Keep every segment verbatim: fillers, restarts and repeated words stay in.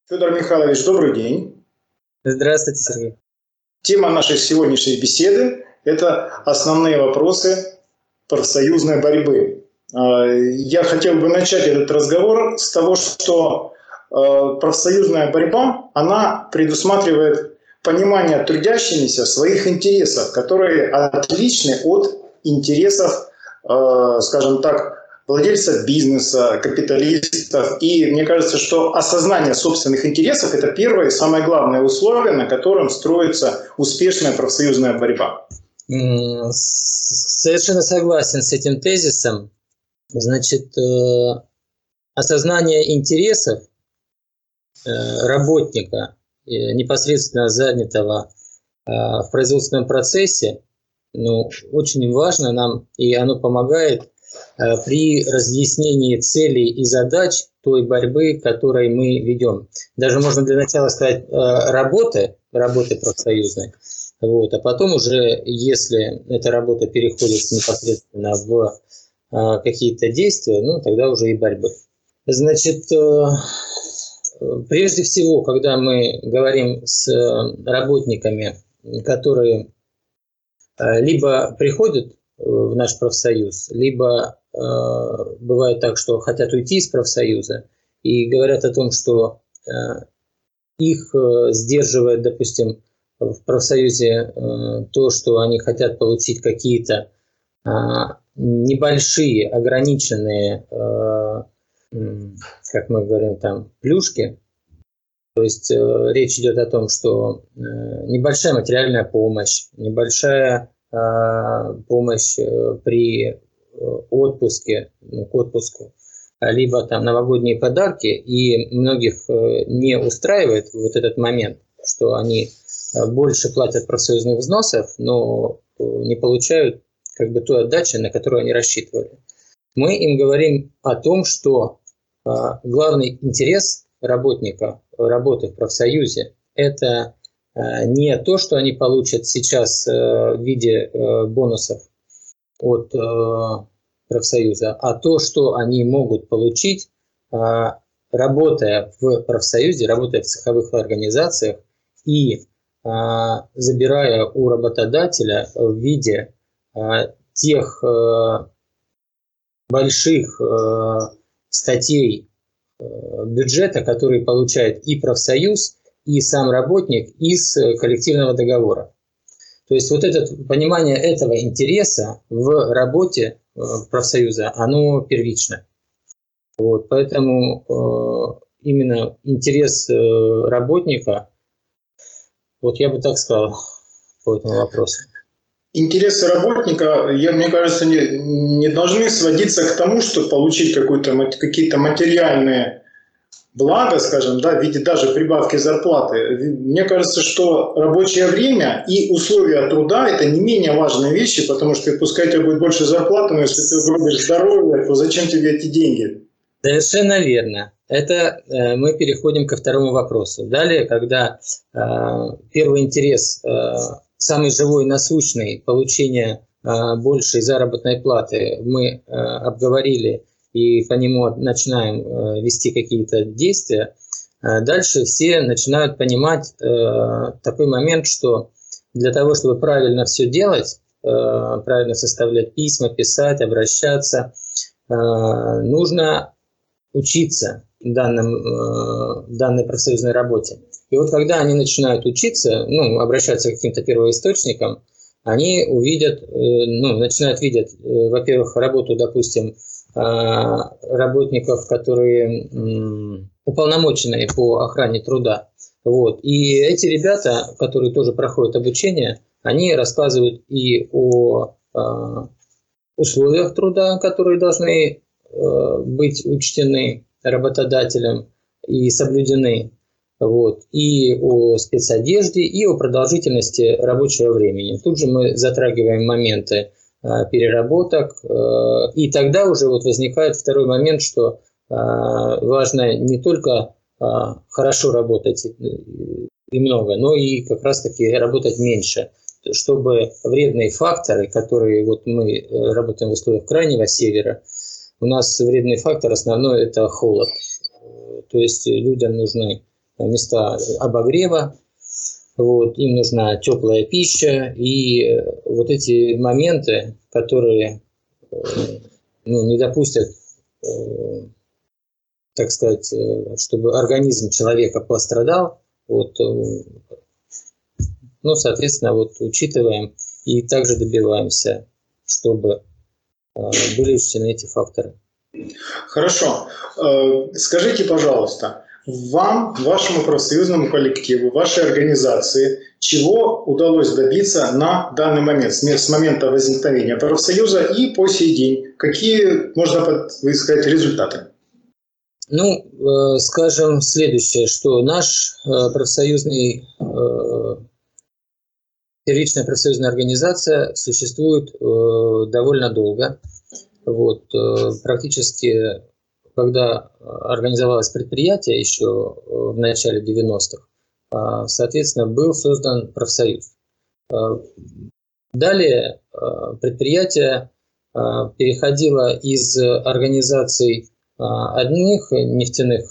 Федор Михайлович, добрый день. Здравствуйте, Сергей. Тема нашей сегодняшней беседы – это основные вопросы профсоюзной борьбы. Я хотел бы начать этот разговор с того, что профсоюзная борьба, она предусматривает понимание трудящимися своих интересов, которые отличны от интересов, скажем так, владельцев бизнеса, капиталистов. И мне кажется, что осознание собственных интересов – это первое и самое главное условие, на котором строится успешная профсоюзная борьба. Совершенно согласен с этим тезисом. Значит, осознание интересов работника, непосредственно занятого в производственном процессе, ну, очень важно нам, и оно помогает при разъяснении целей и задач той борьбы, которой мы ведем. Даже можно для начала сказать работы, работы профсоюзной, вот, а потом уже, если эта работа переходит непосредственно в какие-то действия, ну, тогда уже и борьбы. Значит, прежде всего, когда мы говорим с работниками, которые либо приходят в наш профсоюз, либо э, бывает так, что хотят уйти из профсоюза и говорят о том, что э, их э, сдерживает, допустим, в профсоюзе э, то, что они хотят получить какие-то э, небольшие, ограниченные, э, как мы говорим там, плюшки. То есть э, речь идет о том, что э, небольшая материальная помощь, небольшая помощь при отпуске, ну, к отпуску, либо там новогодние подарки, и многих не устраивает вот этот момент, что они больше платят профсоюзных взносов, но не получают как бы ту отдачу, на которую они рассчитывали. Мы им говорим о том, что главный интерес работника работы в профсоюзе – это не то, что они получат сейчас в виде бонусов от профсоюза, а то, что они могут получить, работая в профсоюзе, работая в цеховых организациях и забирая у работодателя в виде тех больших статей бюджета, которые получает и профсоюз, и сам работник из коллективного договора. То есть вот это понимание этого интереса в работе профсоюза, оно первично. Вот, поэтому э, именно интерес э, работника, вот я бы так сказал по этому вопросу. Интересы работника, я, мне кажется, не, не должны сводиться к тому, чтобы получить какие-то материальные благо, скажем, да, в виде даже прибавки зарплаты. Мне кажется, что рабочее время и условия труда – это не менее важные вещи, потому что пускай у тебя будет больше зарплаты, но если ты угробишь здоровье, то зачем тебе эти деньги? Совершенно верно. Это э, мы переходим ко второму вопросу. Далее, когда э, первый интерес, э, самый живой, насущный, получение э, большей заработной платы, мы э, обговорили, и по нему начинаем э, вести какие-то действия, э, дальше все начинают понимать э, такой момент, что для того, чтобы правильно все делать, э, правильно составлять письма, писать, обращаться, э, нужно учиться данным, э, данной профсоюзной работе. И вот когда они начинают учиться, ну, обращаться к каким-то первоисточникам, они увидят, э, ну, начинают видеть, э, во-первых, работу, допустим, работников, которые уполномоченные по охране труда. Вот. И эти ребята, которые тоже проходят обучение, они рассказывают и о условиях труда, которые должны быть учтены работодателем и соблюдены, вот, и о спецодежде, и о продолжительности рабочего времени. Тут же мы затрагиваем моменты переработок, и тогда уже вот возникает второй момент, что важно не только хорошо работать и много, но и как раз-таки работать меньше, чтобы вредные факторы, которые вот мы работаем в условиях крайнего севера, у нас вредный фактор основной – это холод. То есть людям нужны места обогрева, вот, им нужна теплая пища, и вот эти моменты, которые ну, не допустят, так сказать, чтобы организм человека пострадал, вот, ну, соответственно, вот учитываем и также добиваемся, чтобы были учтены эти факторы. Хорошо. Скажите, пожалуйста, вам, вашему профсоюзному коллективу, вашей организации, чего удалось добиться на данный момент, с момента возникновения профсоюза и по сей день? Какие, можно сказать, результаты? Ну, скажем следующее, что наш профсоюзный, первичная профсоюзная организация существует довольно долго. Вот, практически, когда организовалось предприятие еще в начале девяностых, соответственно, был создан профсоюз. Далее предприятие переходило из организаций одних нефтяных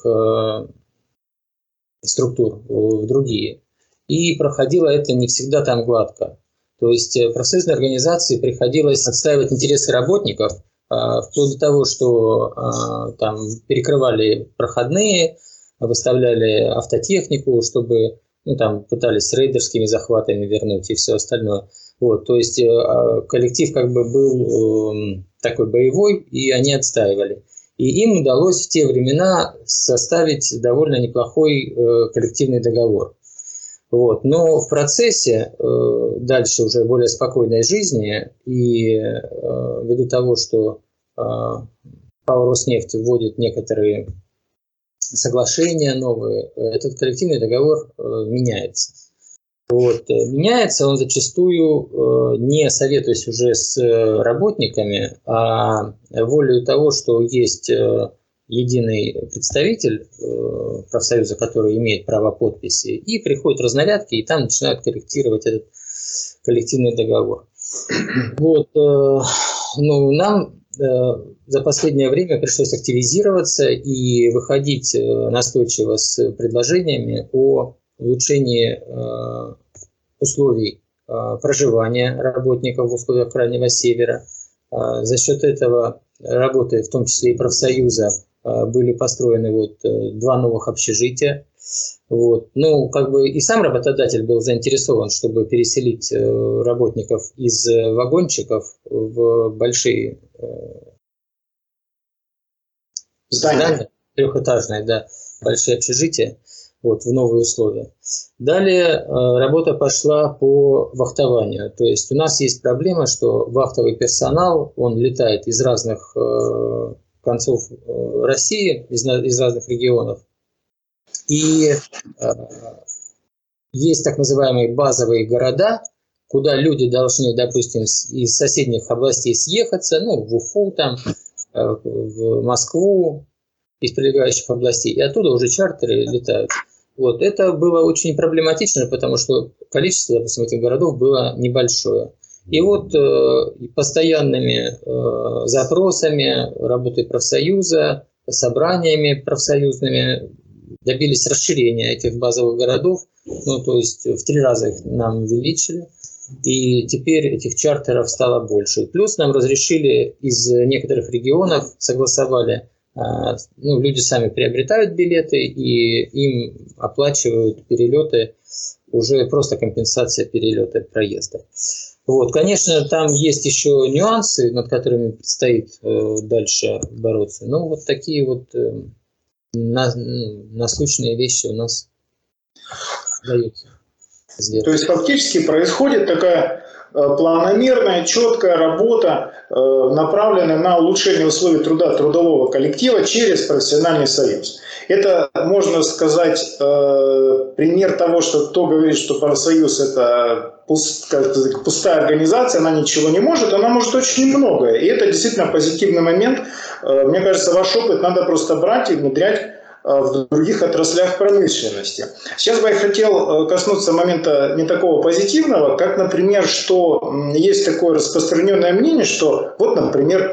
структур в другие. И проходило это не всегда там гладко. То есть профсоюзной организации приходилось отстаивать интересы работников, вплоть до того, что там перекрывали проходные, выставляли автотехнику, чтобы ну, там, пытались рейдерскими захватами вернуть и все остальное. Вот, то есть коллектив как бы был такой боевой, и они отстаивали. И им удалось в те времена составить довольно неплохой коллективный договор. Вот. Но в процессе э, дальше уже более спокойной жизни и э, ввиду того, что э, ПАО «Роснефть» вводит некоторые соглашения новые, этот коллективный договор э, меняется. Вот. Меняется он зачастую, э, не советуясь уже с работниками, а волею того, что есть э, единый представитель э, профсоюза, который имеет право подписи, и приходят разнарядки, и там начинают корректировать этот коллективный договор. Вот, э, ну, нам э, за последнее время пришлось активизироваться и выходить э, настойчиво с предложениями о улучшении э, условий э, проживания работников в условиях Крайнего Севера. Э, за счет этого работы, в том числе и профсоюза, были построены вот два новых общежития. Вот. Ну, как бы и сам работодатель был заинтересован, чтобы переселить работников из вагончиков в большие здания, здания трехэтажные, да, большие общежития, вот, в новые условия. Далее работа пошла по вахтованию. То есть у нас есть проблема, что вахтовый персонал, он летает из разных концов России, из, из разных регионов. И э, есть так называемые базовые города, куда люди должны, допустим, из соседних областей съехаться, ну, в Уфу, там, э, в Москву, из прилегающих областей, и оттуда уже чартеры летают. Вот. Это было очень проблематично, потому что количество, допустим, этих городов было небольшое. И вот э, постоянными э, запросами работы профсоюза, собраниями профсоюзными добились расширения этих базовых городов. Ну, то есть в три раза их нам увеличили. И теперь этих чартеров стало больше. Плюс нам разрешили из некоторых регионов, согласовали, э, ну, люди сами приобретают билеты и им оплачивают перелеты, уже просто компенсация перелета проезда. Вот, конечно, там есть еще нюансы, над которыми предстоит э, дальше бороться. Но вот такие вот э, на, насущные вещи у нас удается сделать. То есть фактически происходит такая э, планомерная, четкая работа, э, направленная на улучшение условий труда трудового коллектива через профессиональный союз. Это, можно сказать, э, пример того, что кто говорит, что профсоюз – это пуст, пустая организация, она ничего не может, она может очень многое. И это действительно позитивный момент. Э, мне кажется, ваш опыт надо просто брать и внедрять в других отраслях промышленности. Сейчас бы я хотел коснуться момента не такого позитивного, как, например, что есть такое распространенное мнение, что вот, например,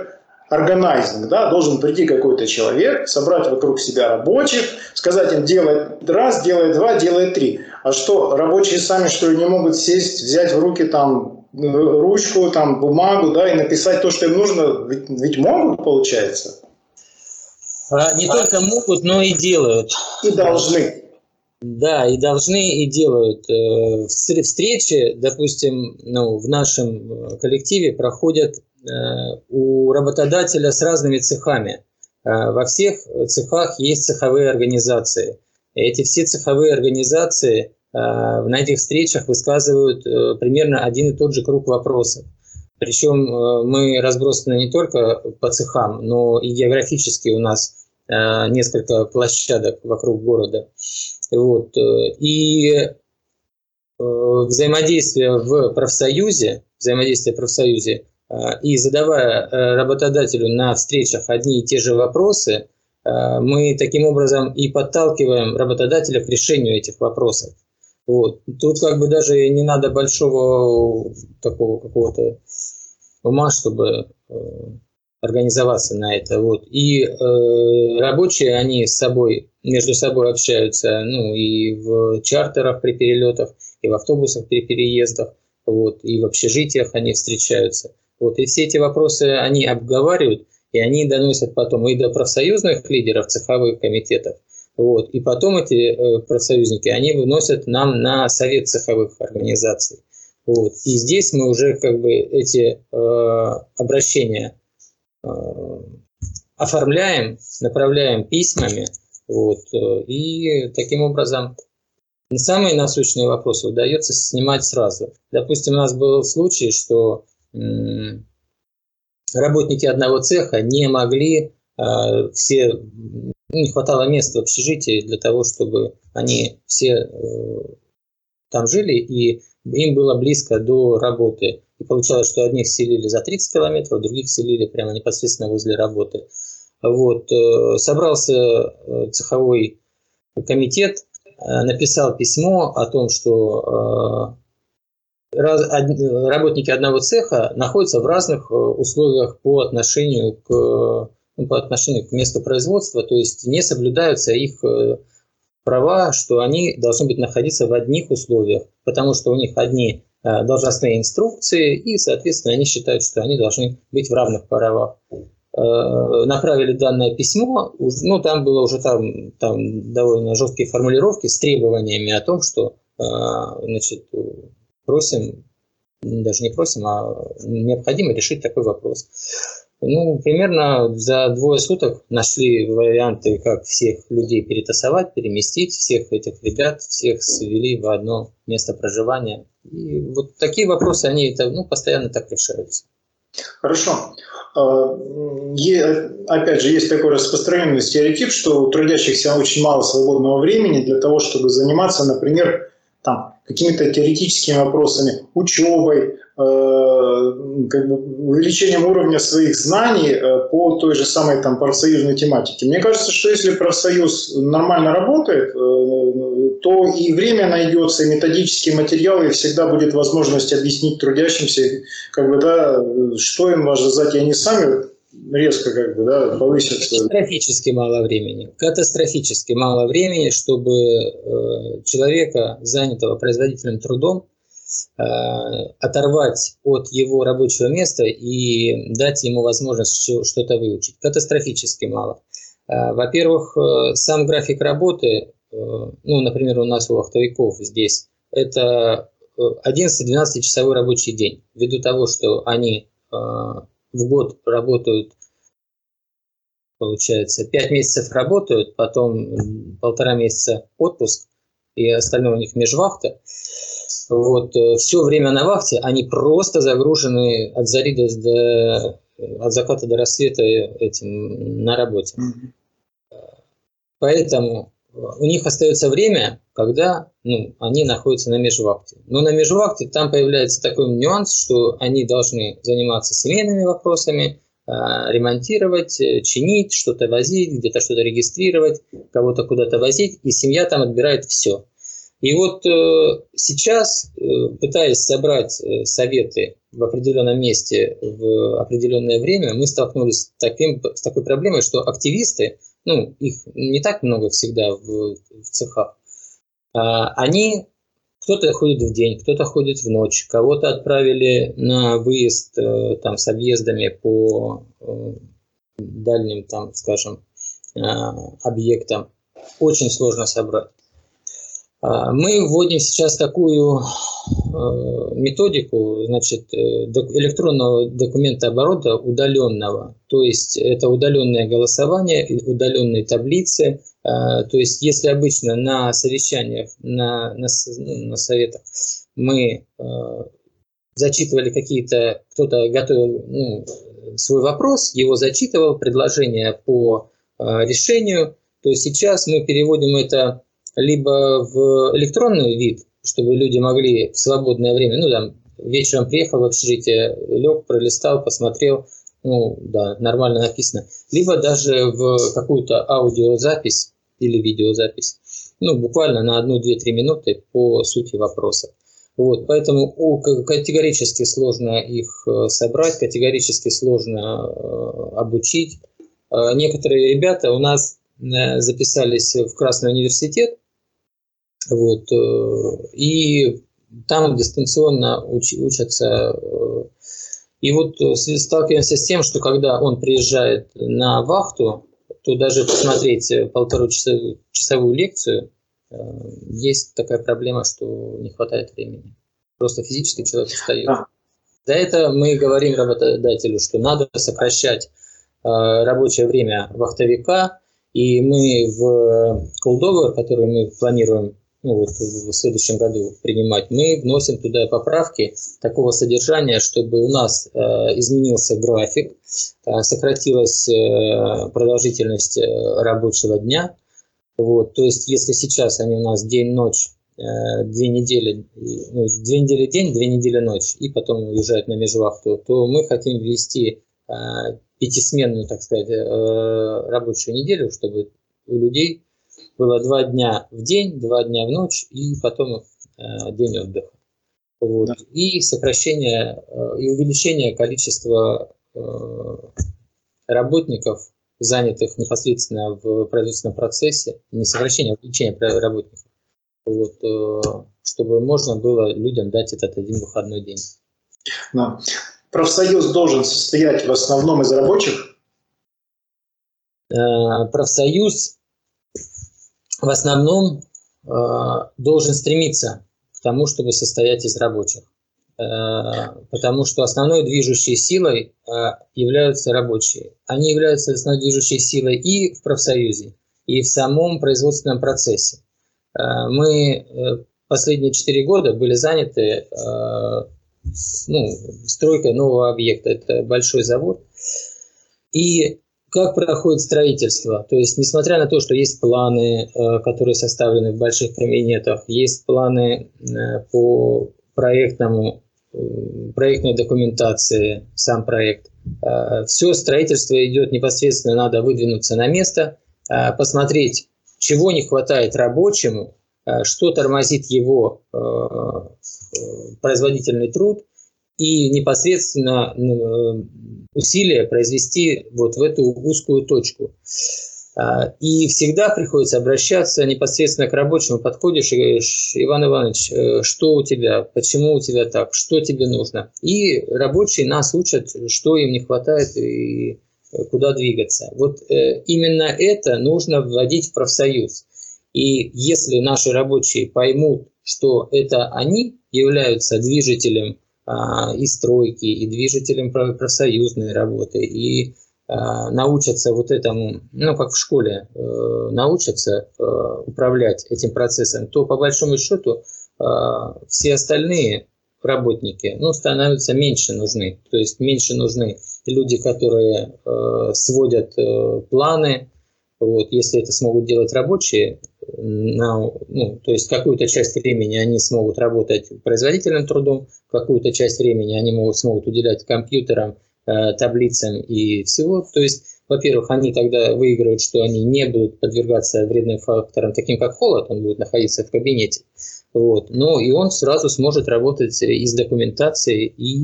органайзинг, да, должен прийти какой-то человек, собрать вокруг себя рабочих, сказать им делай раз, делай два, делай три. А что, рабочие сами что ли не могут сесть, взять в руки там ручку, там бумагу, да, и написать то, что им нужно? Ведь, ведь могут, получается? А, не а, только могут, но и делают. И должны. Да, и должны, и делают. Встречи, допустим, ну, в нашем коллективе проходят у работодателя с разными цехами. Во всех цехах есть цеховые организации. Эти все цеховые организации на этих встречах высказывают примерно один и тот же круг вопросов. Причем мы разбросаны не только по цехам, но и географически у нас несколько площадок вокруг города. Вот. И взаимодействие в профсоюзе, взаимодействие в профсоюзе и задавая работодателю на встречах одни и те же вопросы, мы таким образом и подталкиваем работодателя к решению этих вопросов. Вот. Тут как бы даже не надо большого такого какого-то ума, чтобы организоваться на это. Вот. И э, рабочие, они с собой, между собой общаются, ну, и в чартерах при перелетах, и в автобусах при переездах, вот, и в общежитиях они встречаются. Вот. И все эти вопросы они обговаривают, и они доносят потом и до профсоюзных лидеров цеховых комитетов. Вот. И потом эти э, профсоюзники, они выносят нам на совет цеховых организаций. Вот. И здесь мы уже как бы эти э, обращения оформляем, направляем письмами, вот, и таким образом самые насущные вопросы удается снимать сразу. Допустим, у нас был случай, что м, работники одного цеха не могли, э, все, не хватало мест в общежитии для того, чтобы они все э, там жили, и им было близко до работы. И получалось, что одних селили за тридцать километров, других селили прямо непосредственно возле работы. Вот. Собрался цеховой комитет, написал письмо о том, что работники одного цеха находятся в разных условиях по отношению к, ну, по отношению к месту производства, то есть не соблюдаются их права, что они должны быть находиться в одних условиях, потому что у них одни должностные инструкции, и, соответственно, они считают, что они должны быть в равных правах. Направили данное письмо, ну, там было уже там, там довольно жесткие формулировки с требованиями о том, что, значит, просим, даже не просим, а необходимо решить такой вопрос. Ну, примерно за двое суток нашли варианты, как всех людей перетасовать, переместить, всех этих ребят, всех свели в одно место проживания. И вот такие вопросы, они это, ну, постоянно так решаются. Хорошо. Опять же, есть такой распространенный стереотип, что у трудящихся очень мало свободного времени для того, чтобы заниматься, например, там, какими-то теоретическими вопросами, учебой, э, как бы увеличением уровня своих знаний э, по той же самой там, профсоюзной тематике. Мне кажется, что если профсоюз нормально работает, э, то и время найдется, и методические материалы, и всегда будет возможность объяснить трудящимся, как бы, да, что им важно знать, и они сами резко как бы, да, повысятся. Катастрофически мало времени. Катастрофически мало времени, чтобы э, человека, занятого производительным трудом, э, оторвать от его рабочего места и дать ему возможность что-то выучить. Катастрофически мало. Э, во-первых, э, сам график работы, э, ну, например, у нас у вахтовиков здесь, это одиннадцати-двенадцатичасовой рабочий день. Ввиду того, что они э, в год работают, получается, пять месяцев работают, потом полтора месяца отпуск, и остальное у них межвахта. Вот, все время на вахте они просто загружены от зари до, до от заката до рассвета этим на работе. Mm-hmm. Поэтому у них остается время, когда, ну, они находятся на межвахте. Но на межвахте там появляется такой нюанс, что они должны заниматься семейными вопросами, ремонтировать, чинить, что-то возить, где-то что-то регистрировать, кого-то куда-то возить, и семья там отбирает все. И вот э, сейчас, э, пытаясь собрать э, советы в определенном месте в определенное время, мы столкнулись с, таким, с такой проблемой, что активисты, ну, их не так много всегда в, в цехах, а, они, кто-то ходит в день, кто-то ходит в ночь, кого-то отправили на выезд э, там, с объездами по э, дальним, там, скажем, э, объектам. Очень сложно собрать. Мы вводим сейчас такую методику, значит, электронного документооборота удаленного. То есть это удаленное голосование, удаленные таблицы. То есть если обычно на совещаниях, на, на, на советах мы зачитывали какие-то, кто-то готовил ну, свой вопрос, его зачитывал, предложение по решению, то сейчас мы переводим это либо в электронный вид, чтобы люди могли в свободное время, ну, там, вечером приехал в общежитие, лег, пролистал, посмотрел, ну, да, нормально написано, либо даже в какую-то аудиозапись или видеозапись, ну, буквально на одну, две, три минуты по сути вопроса. Вот, поэтому категорически сложно их собрать, категорически сложно обучить. Некоторые ребята у нас записались в Красный университет, вот, и там дистанционно уч, учатся. И вот сталкиваемся с тем, что когда он приезжает на вахту, то даже посмотреть полуторачасовую лекцию, есть такая проблема, что не хватает времени. Просто физически человек устает. А. За это мы говорим работодателю, что надо сокращать рабочее время вахтовика, и мы в колл-договор, который мы планируем ну, вот в следующем году принимать, мы вносим туда поправки такого содержания, чтобы у нас э, изменился график, э, сократилась э, продолжительность рабочего дня. Вот, то есть, если сейчас они у нас день-ночь, э, две недели, ну, две недели день, две недели ночь, и потом уезжают на межвахту, то мы хотим ввести э, пятисменную, так сказать, э, рабочую неделю, чтобы у людей было два дня в день, два дня в ночь, и потом э, день отдыха. Вот. Да. И сокращение, э, и увеличение количества э, работников, занятых непосредственно в производственном процессе, не сокращение, а увеличение работников, вот, э, чтобы можно было людям дать этот один выходной день. Да. Профсоюз должен состоять в основном из рабочих? Э, профсоюз в основном э, должен стремиться к тому, чтобы состоять из рабочих. Э, потому что основной движущей силой э, являются рабочие. Они являются основной движущей силой и в профсоюзе, и в самом производственном процессе. Э, мы э, последние четыре года были заняты э, с, ну, стройкой нового объекта. Это большой завод. И как проходит строительство? То есть, несмотря на то, что есть планы, которые составлены в больших кабинетах, есть планы по проектному, проектной документации, сам проект, все строительство идет непосредственно, надо выдвинуться на место, посмотреть, чего не хватает рабочему, что тормозит его производительный труд, и непосредственно усилия произвести вот в эту узкую точку. И всегда приходится обращаться непосредственно к рабочему. Подходишь и говоришь: Иван Иванович, что у тебя, почему у тебя так, что тебе нужно? И рабочие нас учат, что им не хватает и куда двигаться. Вот именно это нужно вводить в профсоюз. И если наши рабочие поймут, что это они являются движителем и стройки, и движителем профсоюзной работы, и а, научатся вот этому, ну, как в школе, э, научатся э, управлять этим процессом, то, по большому счету, э, все остальные работники, ну, становятся меньше нужны. То есть меньше нужны люди, которые э, сводят э, планы. Вот, если это смогут делать рабочие, на, ну, то есть какую-то часть времени они смогут работать производительным трудом, какую-то часть времени они могут, смогут уделять компьютерам, э, таблицам и всего. То есть, во-первых, они тогда выиграют, что они не будут подвергаться вредным факторам, таким как холод, он будет находиться в кабинете. Вот. Но и он сразу сможет работать и с документацией, и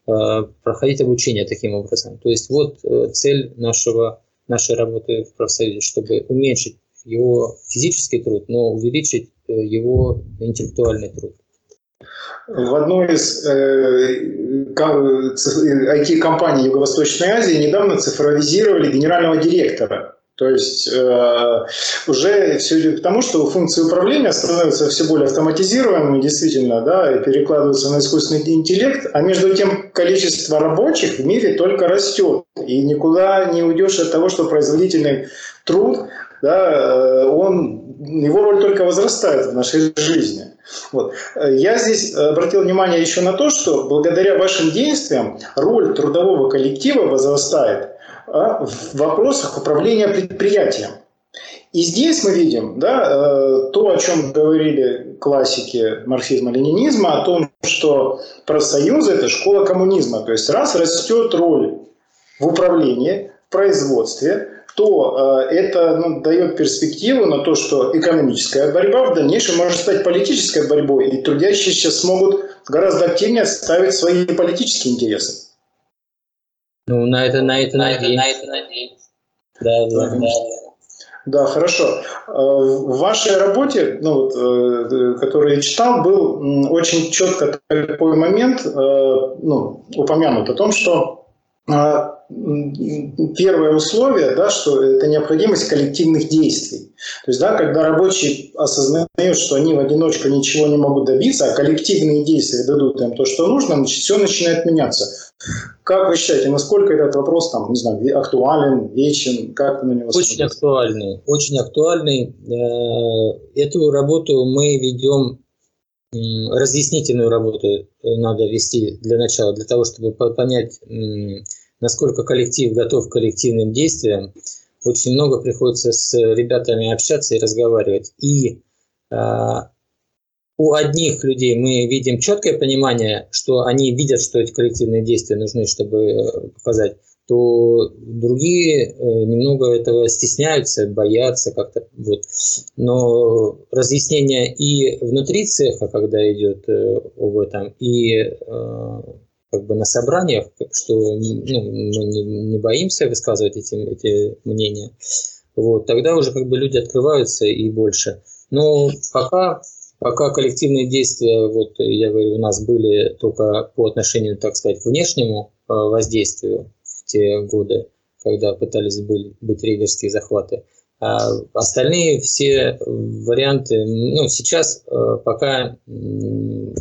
проходить обучение таким образом. То есть вот цель нашего, нашей работы в профсоюзе, чтобы уменьшить его физический труд, но увеличить его интеллектуальный труд. В одной из э, ай ти-компаний Юго-Восточной Азии недавно цифровизировали генерального директора. То есть э, уже все идет к тому, что функции управления становятся все более автоматизированными, действительно, да, и перекладываются на искусственный интеллект, а между тем количество рабочих в мире только растет. И никуда не уйдешь от того, что производительный труд, да, он, его роль только возрастает в нашей жизни. Вот. Я здесь обратил внимание еще на то, что благодаря вашим действиям роль трудового коллектива возрастает в вопросах управления предприятием. И здесь мы видим, да, то, о чем говорили классики марксизма-ленинизма, о том, что профсоюзы – это школа коммунизма. То есть раз растет роль в управлении, в производстве, то э, это ну, дает перспективу на то, что экономическая борьба в дальнейшем может стать политической борьбой, и трудящиеся смогут гораздо активнее ставить свои политические интересы. Ну, на это, на это, на это, на это надеюсь. Да, да, да. Да, хорошо. В вашей работе, ну, вот, которую я читал, был очень четко такой момент, ну, упомянут о том, что первое условие, да, что это необходимость коллективных действий. То есть, да, когда рабочие осознают, что они в одиночку ничего не могут добиться, а коллективные действия дадут им то, что нужно, значит, все начинает меняться. Как вы считаете, насколько этот вопрос там, не знаю, актуален, вечен, как вы на него смотрите? Очень актуальный, очень актуальный. Эту работу мы ведем, разъяснительную работу надо вести для начала, для того, чтобы понять, насколько коллектив готов к коллективным действиям. Очень много приходится с ребятами общаться и разговаривать. И у одних людей мы видим четкое понимание, что они видят, что эти коллективные действия нужны, чтобы показать, то другие немного этого стесняются, боятся как-то. Вот. Но разъяснение и внутри цеха, когда идет об этом, и как бы на собраниях, что ну, мы не, не боимся высказывать эти, эти мнения, вот, тогда уже как бы люди открываются и больше. Но пока... Пока коллективные действия, вот я говорю, у нас были только по отношению, так сказать, к внешнему воздействию в те годы, когда пытались быть, быть рейдерские захваты. А остальные все варианты, ну, сейчас пока не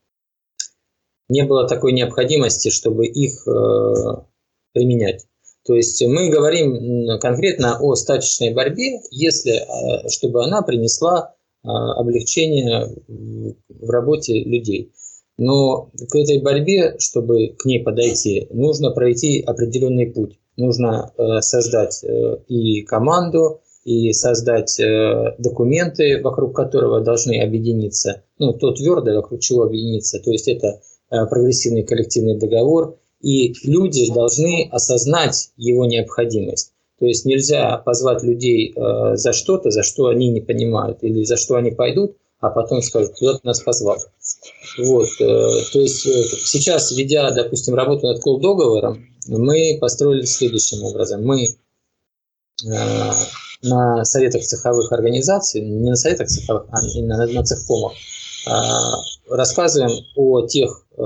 было такой необходимости, чтобы их применять. То есть мы говорим конкретно о стачечной борьбе, если, чтобы она принесла облегчение в работе людей. Но к этой борьбе, чтобы к ней подойти, нужно пройти определенный путь. Нужно создать и команду, и создать документы, вокруг которого должны объединиться, ну, то твердое, вокруг чего объединиться, то есть это прогрессивный коллективный договор, и люди должны осознать его необходимость. То есть нельзя позвать людей э, за что-то, за что они не понимают, или за что они пойдут, а потом скажут, кто-то нас позвал. Вот, э, то есть э, сейчас, ведя, допустим, работу над колл-договором, мы построили следующим образом. Мы э, на советах цеховых организаций, не на советах цеховых, а именно на, на цехкомах, э, рассказываем о тех э,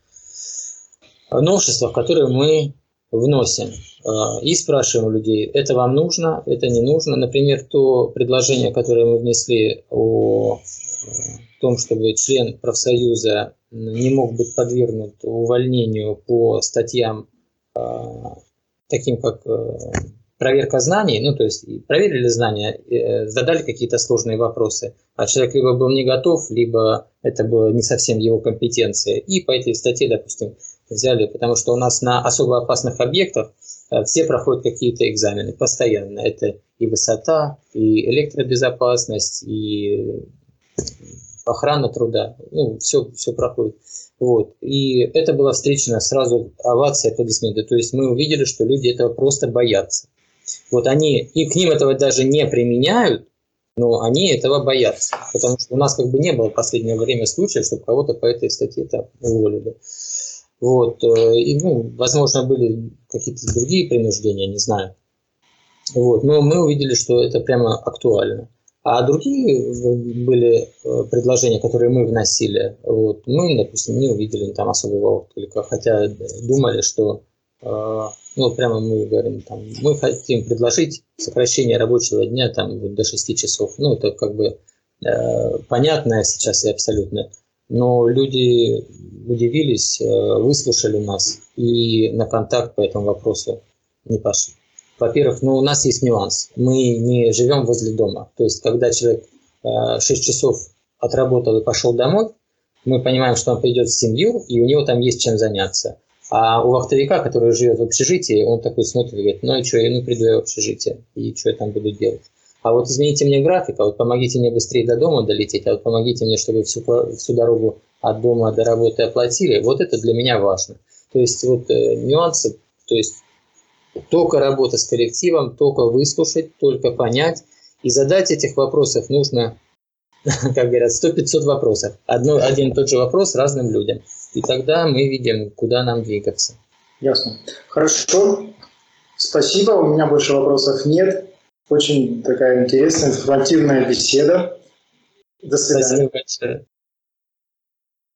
новшествах, которые мы вносим. И спрашиваем людей, это вам нужно, это не нужно. Например, то предложение, которое мы внесли о том, чтобы член профсоюза не мог быть подвергнут увольнению по статьям, таким как проверка знаний, ну то есть проверили знания, задали какие-то сложные вопросы, а человек либо был не готов, либо это было не совсем его компетенция. И по этой статье, допустим, взяли, потому что у нас на особо опасных объектах все проходят какие-то экзамены постоянно. Это и высота, и электробезопасность, и охрана труда. Ну, все, все проходит. Вот. И это было встречено сразу овацией, аплодисменты. То есть мы увидели, что люди этого просто боятся. Вот они, и к ним этого даже не применяют, но они этого боятся. Потому что у нас как бы не было в последнее время случаев, чтобы кого-то по этой статье там уволили. Вот, и, ну, возможно, были какие-то другие принуждения, не знаю. Вот, но мы увидели, что это прямо актуально. А другие были предложения, которые мы вносили, вот, мы, допустим, не увидели там особого отклика, хотя думали, что, ну, прямо мы говорим, там, мы хотим предложить сокращение рабочего дня там, вот, до шести часов. Ну, это как бы э, понятно сейчас и абсолютно. Но люди удивились, выслушали нас и на контакт по этому вопросу не пошли. Во-первых, ну, у нас есть нюанс. Мы не живем возле дома. То есть, когда человек шесть часов отработал и пошел домой, мы понимаем, что он придет в семью, и у него там есть чем заняться. А у вахтовика, который живет в общежитии, он такой смотрит и говорит, ну и что, я ну, приду я в общежитие, и что я там буду делать. А вот измените мне график, а вот помогите мне быстрее до дома долететь, а вот помогите мне, чтобы всю, всю дорогу от дома до работы оплатили. Вот это для меня важно. То есть вот э, нюансы, то есть только работа с коллективом, только выслушать, только понять. И задать этих вопросов нужно, как говорят, сто-пятьсот вопросов. Одно, один и тот же вопрос разным людям. И тогда мы видим, куда нам двигаться. Ясно. Хорошо. Спасибо. У меня больше вопросов нет. Очень такая интересная, информативная беседа. До свидания. Спасибо большое.